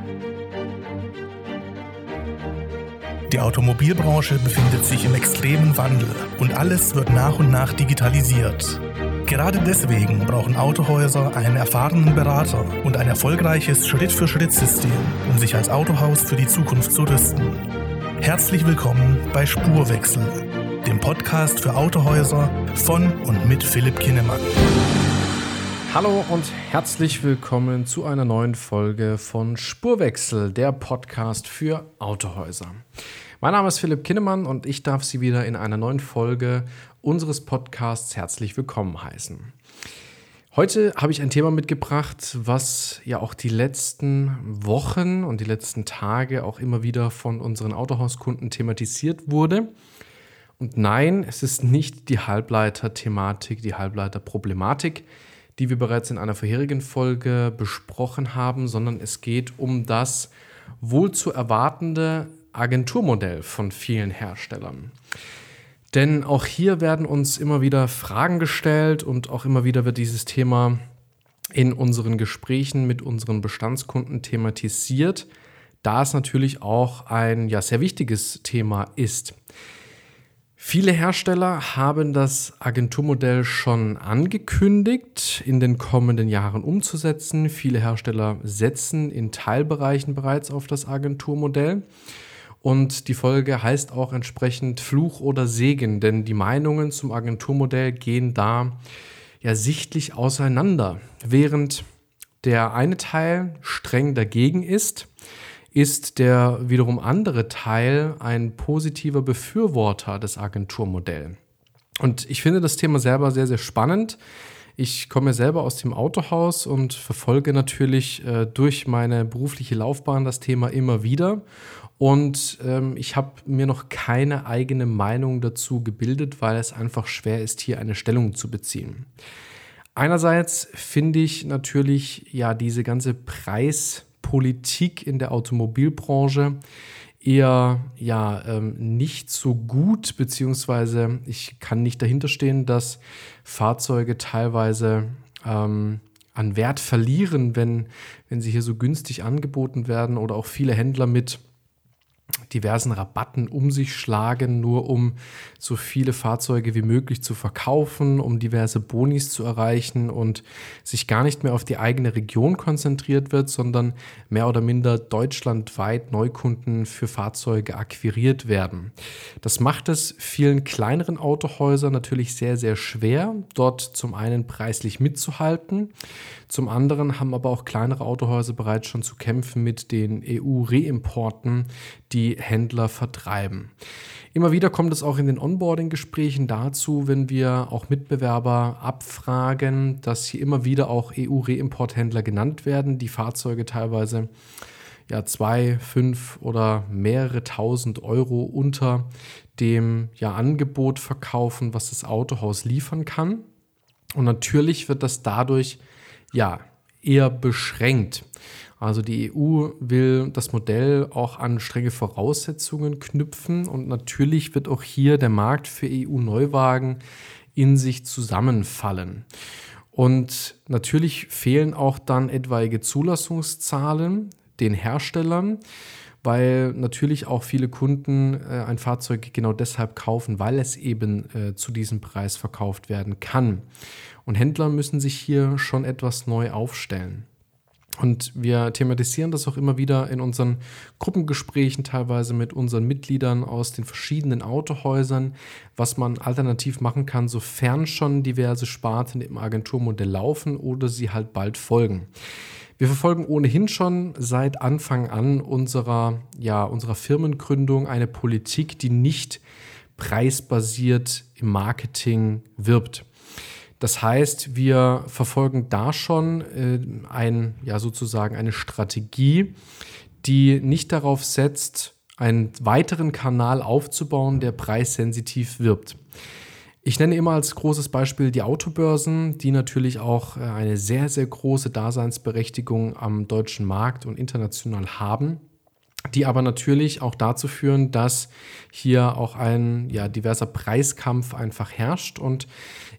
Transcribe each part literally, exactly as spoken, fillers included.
Die Automobilbranche befindet sich im extremen Wandel und alles wird nach und nach digitalisiert. Gerade deswegen brauchen Autohäuser einen erfahrenen Berater und ein erfolgreiches Schritt-für-Schritt-System, um sich als Autohaus für die Zukunft zu rüsten. Herzlich willkommen bei Spurwechsel, dem Podcast für Autohäuser von und mit Philipp Kinnemann. Hallo und herzlich willkommen zu einer neuen Folge von Spurwechsel, der Podcast für Autohäuser. Mein Name ist Philipp Kinnemann und ich darf Sie wieder in einer neuen Folge unseres Podcasts herzlich willkommen heißen. Heute habe ich ein Thema mitgebracht, was ja auch die letzten Wochen und die letzten Tage auch immer wieder von unseren Autohauskunden thematisiert wurde. Und nein, es ist nicht die Halbleiter-Thematik, die Halbleiter-Problematik, die wir bereits in einer vorherigen Folge besprochen haben, sondern es geht um das wohl zu erwartende Agenturmodell von vielen Herstellern. Denn auch hier werden uns immer wieder Fragen gestellt und auch immer wieder wird dieses Thema in unseren Gesprächen mit unseren Bestandskunden thematisiert, da es natürlich auch ein ja, sehr wichtiges Thema ist. Viele Hersteller haben das Agenturmodell schon angekündigt, in den kommenden Jahren umzusetzen. Viele Hersteller setzen in Teilbereichen bereits auf das Agenturmodell. Und die Folge heißt auch entsprechend Fluch oder Segen, denn die Meinungen zum Agenturmodell gehen da ja sichtlich auseinander. Während der eine Teil streng dagegen ist, ist der wiederum andere Teil ein positiver Befürworter des Agenturmodells. Und ich finde das Thema selber sehr, sehr spannend. Ich komme selber aus dem Autohaus und verfolge natürlich äh, durch meine berufliche Laufbahn das Thema immer wieder. Und ähm, ich habe mir noch keine eigene Meinung dazu gebildet, weil es einfach schwer ist, hier eine Stellung zu beziehen. Einerseits finde ich natürlich ja diese ganze Preis- Politik in der Automobilbranche eher ja ähm, nicht so gut, beziehungsweise ich kann nicht dahinter stehen, dass Fahrzeuge teilweise ähm, an Wert verlieren, wenn, wenn sie hier so günstig angeboten werden oder auch viele Händler mit diversen Rabatten um sich schlagen, nur um so viele Fahrzeuge wie möglich zu verkaufen, um diverse Bonis zu erreichen und sich gar nicht mehr auf die eigene Region konzentriert wird, sondern mehr oder minder deutschlandweit Neukunden für Fahrzeuge akquiriert werden. Das macht es vielen kleineren Autohäusern natürlich sehr, sehr schwer, dort zum einen preislich mitzuhalten. Zum anderen haben aber auch kleinere Autohäuser bereits schon zu kämpfen mit den E U-Reimporten, die Händler vertreiben. Immer wieder kommt es auch in den Onboarding-Gesprächen dazu, wenn wir auch Mitbewerber abfragen, dass hier immer wieder auch E U-Reimporthändler genannt werden, die Fahrzeuge teilweise ja zwei, fünf oder mehrere tausend Euro unter dem ja, Angebot verkaufen, was das Autohaus liefern kann. Und natürlich wird das dadurch ja eher beschränkt. Also die E U will das Modell auch an strenge Voraussetzungen knüpfen und natürlich wird auch hier der Markt für E U-Neuwagen in sich zusammenfallen. Und natürlich fehlen auch dann etwaige Zulassungszahlen den Herstellern, weil natürlich auch viele Kunden äh, ein Fahrzeug genau deshalb kaufen, weil es eben äh, zu diesem Preis verkauft werden kann. Und Händler müssen sich hier schon etwas neu aufstellen. Und wir thematisieren das auch immer wieder in unseren Gruppengesprächen, teilweise mit unseren Mitgliedern aus den verschiedenen Autohäusern, was man alternativ machen kann, sofern schon diverse Sparten im Agenturmodell laufen oder sie halt bald folgen. Wir verfolgen ohnehin schon seit Anfang an unserer, ja, unserer Firmengründung eine Politik, die nicht preisbasiert im Marketing wirbt. Das heißt, wir verfolgen da schon äh, ein, ja, sozusagen eine Strategie, die nicht darauf setzt, einen weiteren Kanal aufzubauen, der preissensitiv wirbt. Ich nenne immer als großes Beispiel die Autobörsen, die natürlich auch äh, eine sehr, sehr große Daseinsberechtigung am deutschen Markt und international haben, die aber natürlich auch dazu führen, dass hier auch ein ja, diverser Preiskampf einfach herrscht und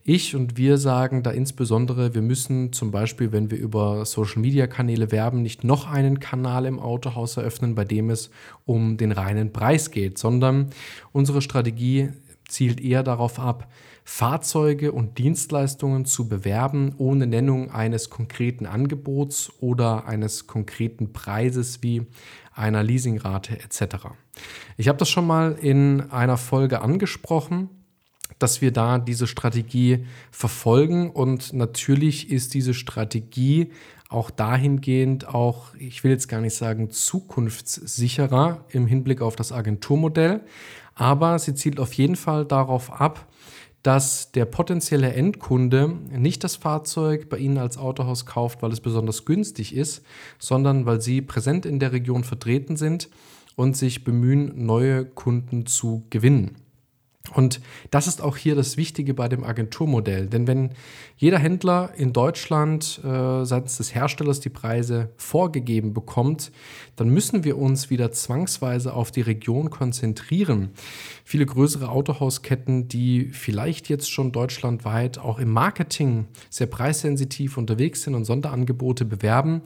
Ich und wir sagen da insbesondere, wir müssen zum Beispiel, wenn wir über Social-Media-Kanäle werben, nicht noch einen Kanal im Autohaus eröffnen, bei dem es um den reinen Preis geht, sondern unsere Strategie zielt eher darauf ab, Fahrzeuge und Dienstleistungen zu bewerben, ohne Nennung eines konkreten Angebots oder eines konkreten Preises wie einer Leasingrate et cetera. Ich habe das schon mal in einer Folge angesprochen, dass wir da diese Strategie verfolgen, und natürlich ist diese Strategie auch dahingehend auch, ich will jetzt gar nicht sagen zukunftssicherer im Hinblick auf das Agenturmodell, aber sie zielt auf jeden Fall darauf ab, dass der potenzielle Endkunde nicht das Fahrzeug bei Ihnen als Autohaus kauft, weil es besonders günstig ist, sondern weil Sie präsent in der Region vertreten sind und sich bemühen, neue Kunden zu gewinnen. Und das ist auch hier das Wichtige bei dem Agenturmodell. Denn wenn jeder Händler in Deutschland äh, seitens des Herstellers die Preise vorgegeben bekommt, dann müssen wir uns wieder zwangsweise auf die Region konzentrieren. Viele größere Autohausketten, die vielleicht jetzt schon deutschlandweit auch im Marketing sehr preissensitiv unterwegs sind und Sonderangebote bewerben,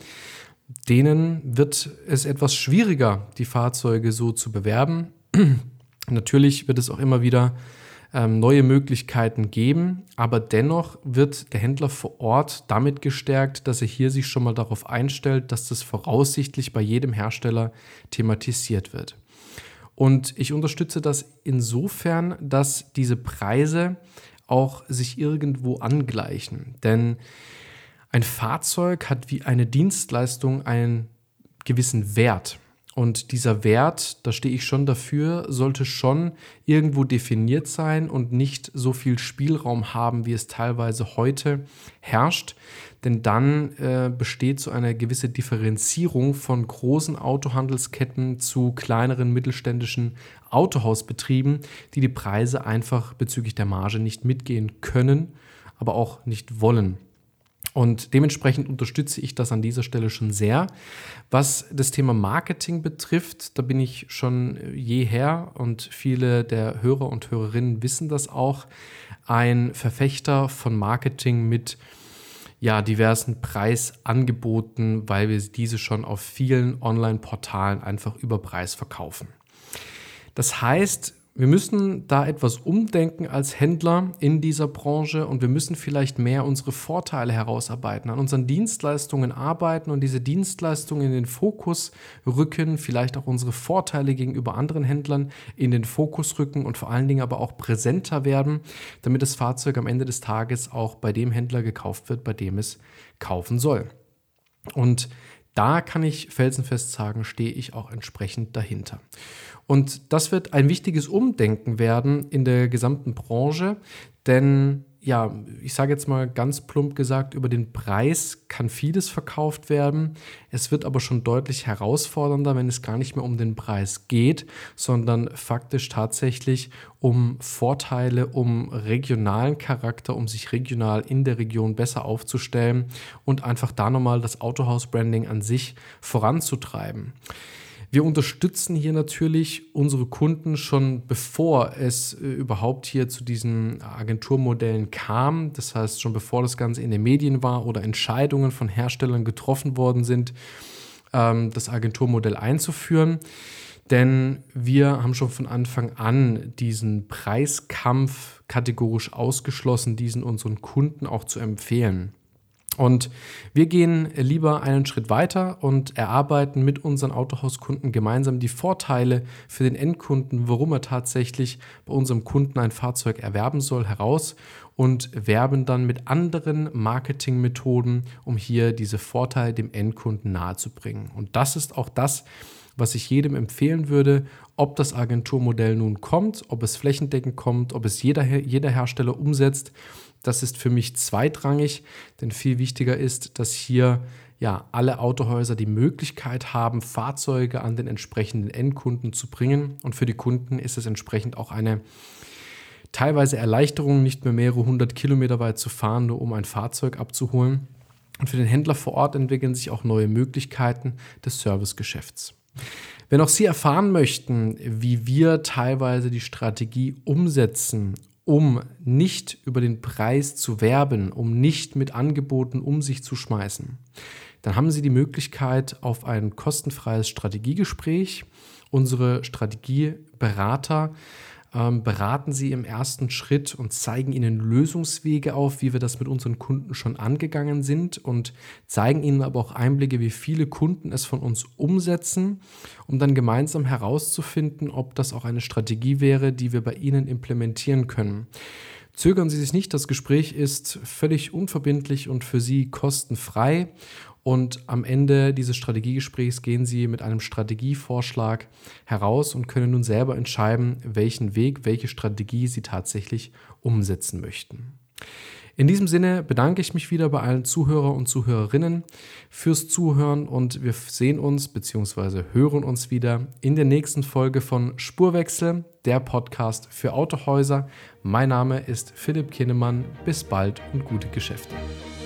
denen wird es etwas schwieriger, die Fahrzeuge so zu bewerben. Natürlich wird es auch immer wieder ähm, neue Möglichkeiten geben, aber dennoch wird der Händler vor Ort damit gestärkt, dass er hier sich schon mal darauf einstellt, dass das voraussichtlich bei jedem Hersteller thematisiert wird. Und ich unterstütze das insofern, dass diese Preise auch sich irgendwo angleichen. Denn ein Fahrzeug hat wie eine Dienstleistung einen gewissen Wert. Und dieser Wert, da stehe ich schon dafür, sollte schon irgendwo definiert sein und nicht so viel Spielraum haben, wie es teilweise heute herrscht. Denn dann äh, besteht so eine gewisse Differenzierung von großen Autohandelsketten zu kleineren mittelständischen Autohausbetrieben, die die Preise einfach bezüglich der Marge nicht mitgehen können, aber auch nicht wollen. Und dementsprechend unterstütze ich das an dieser Stelle schon sehr. Was das Thema Marketing betrifft, da bin ich schon jeher, und viele der Hörer und Hörerinnen wissen das auch, ein Verfechter von Marketing mit ja, diversen Preisangeboten, weil wir diese schon auf vielen Online-Portalen einfach über Preis verkaufen. Das heißt, wir müssen da etwas umdenken als Händler in dieser Branche, und wir müssen vielleicht mehr unsere Vorteile herausarbeiten, an unseren Dienstleistungen arbeiten und diese Dienstleistungen in den Fokus rücken, vielleicht auch unsere Vorteile gegenüber anderen Händlern in den Fokus rücken und vor allen Dingen aber auch präsenter werden, damit das Fahrzeug am Ende des Tages auch bei dem Händler gekauft wird, bei dem es kaufen soll. Und da kann ich felsenfest sagen, stehe ich auch entsprechend dahinter. Und das wird ein wichtiges Umdenken werden in der gesamten Branche, denn ja, ich sage jetzt mal ganz plump gesagt, über den Preis kann vieles verkauft werden. Es wird aber schon deutlich herausfordernder, wenn es gar nicht mehr um den Preis geht, sondern faktisch tatsächlich um Vorteile, um regionalen Charakter, um sich regional in der Region besser aufzustellen und einfach da nochmal das Autohaus-Branding an sich voranzutreiben. Wir unterstützen hier natürlich unsere Kunden schon bevor es äh, überhaupt hier zu diesen Agenturmodellen kam. Das heißt, schon bevor das Ganze in den Medien war oder Entscheidungen von Herstellern getroffen worden sind, ähm, das Agenturmodell einzuführen. Denn wir haben schon von Anfang an diesen Preiskampf kategorisch ausgeschlossen, diesen unseren Kunden auch zu empfehlen. Und wir gehen lieber einen Schritt weiter und erarbeiten mit unseren Autohauskunden gemeinsam die Vorteile für den Endkunden, warum er tatsächlich bei unserem Kunden ein Fahrzeug erwerben soll, heraus und werben dann mit anderen Marketingmethoden, um hier diese Vorteile dem Endkunden nahezubringen. Und das ist auch das, was ich jedem empfehlen würde, ob das Agenturmodell nun kommt, ob es flächendeckend kommt, ob es jeder, jeder Hersteller umsetzt. Das ist für mich zweitrangig, denn viel wichtiger ist, dass hier ja alle Autohäuser die Möglichkeit haben, Fahrzeuge an den entsprechenden Endkunden zu bringen. Und für die Kunden ist es entsprechend auch eine teilweise Erleichterung, nicht mehr mehrere hundert Kilometer weit zu fahren, nur um ein Fahrzeug abzuholen. Und für den Händler vor Ort entwickeln sich auch neue Möglichkeiten des Servicegeschäfts. Wenn auch Sie erfahren möchten, wie wir teilweise die Strategie umsetzen, um nicht über den Preis zu werben, um nicht mit Angeboten um sich zu schmeißen, dann haben Sie die Möglichkeit auf ein kostenfreies Strategiegespräch. Unsere Strategieberater ähm, beraten Sie im ersten Schritt und zeigen Ihnen Lösungswege auf, wie wir das mit unseren Kunden schon angegangen sind und zeigen Ihnen aber auch Einblicke, wie viele Kunden es von uns umsetzen, um dann gemeinsam herauszufinden, ob das auch eine Strategie wäre, die wir bei Ihnen implementieren können. Zögern Sie sich nicht, das Gespräch ist völlig unverbindlich und für Sie kostenfrei. Und am Ende dieses Strategiegesprächs gehen Sie mit einem Strategievorschlag heraus und können nun selber entscheiden, welchen Weg, welche Strategie Sie tatsächlich umsetzen möchten. In diesem Sinne bedanke ich mich wieder bei allen Zuhörer und Zuhörerinnen fürs Zuhören und wir sehen uns bzw. hören uns wieder in der nächsten Folge von Spurwechsel, der Podcast für Autohäuser. Mein Name ist Philipp Kinnemann. Bis bald und gute Geschäfte.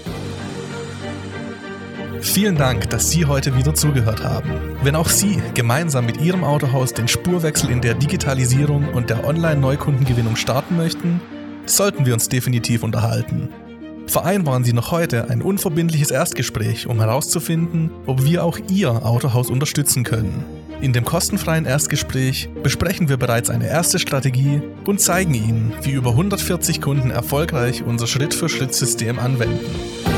Vielen Dank, dass Sie heute wieder zugehört haben. Wenn auch Sie gemeinsam mit Ihrem Autohaus den Spurwechsel in der Digitalisierung und der Online-Neukundengewinnung starten möchten, sollten wir uns definitiv unterhalten. Vereinbaren Sie noch heute ein unverbindliches Erstgespräch, um herauszufinden, ob wir auch Ihr Autohaus unterstützen können. In dem kostenfreien Erstgespräch besprechen wir bereits eine erste Strategie und zeigen Ihnen, wie über hundertvierzig Kunden erfolgreich unser Schritt-für-Schritt-System anwenden.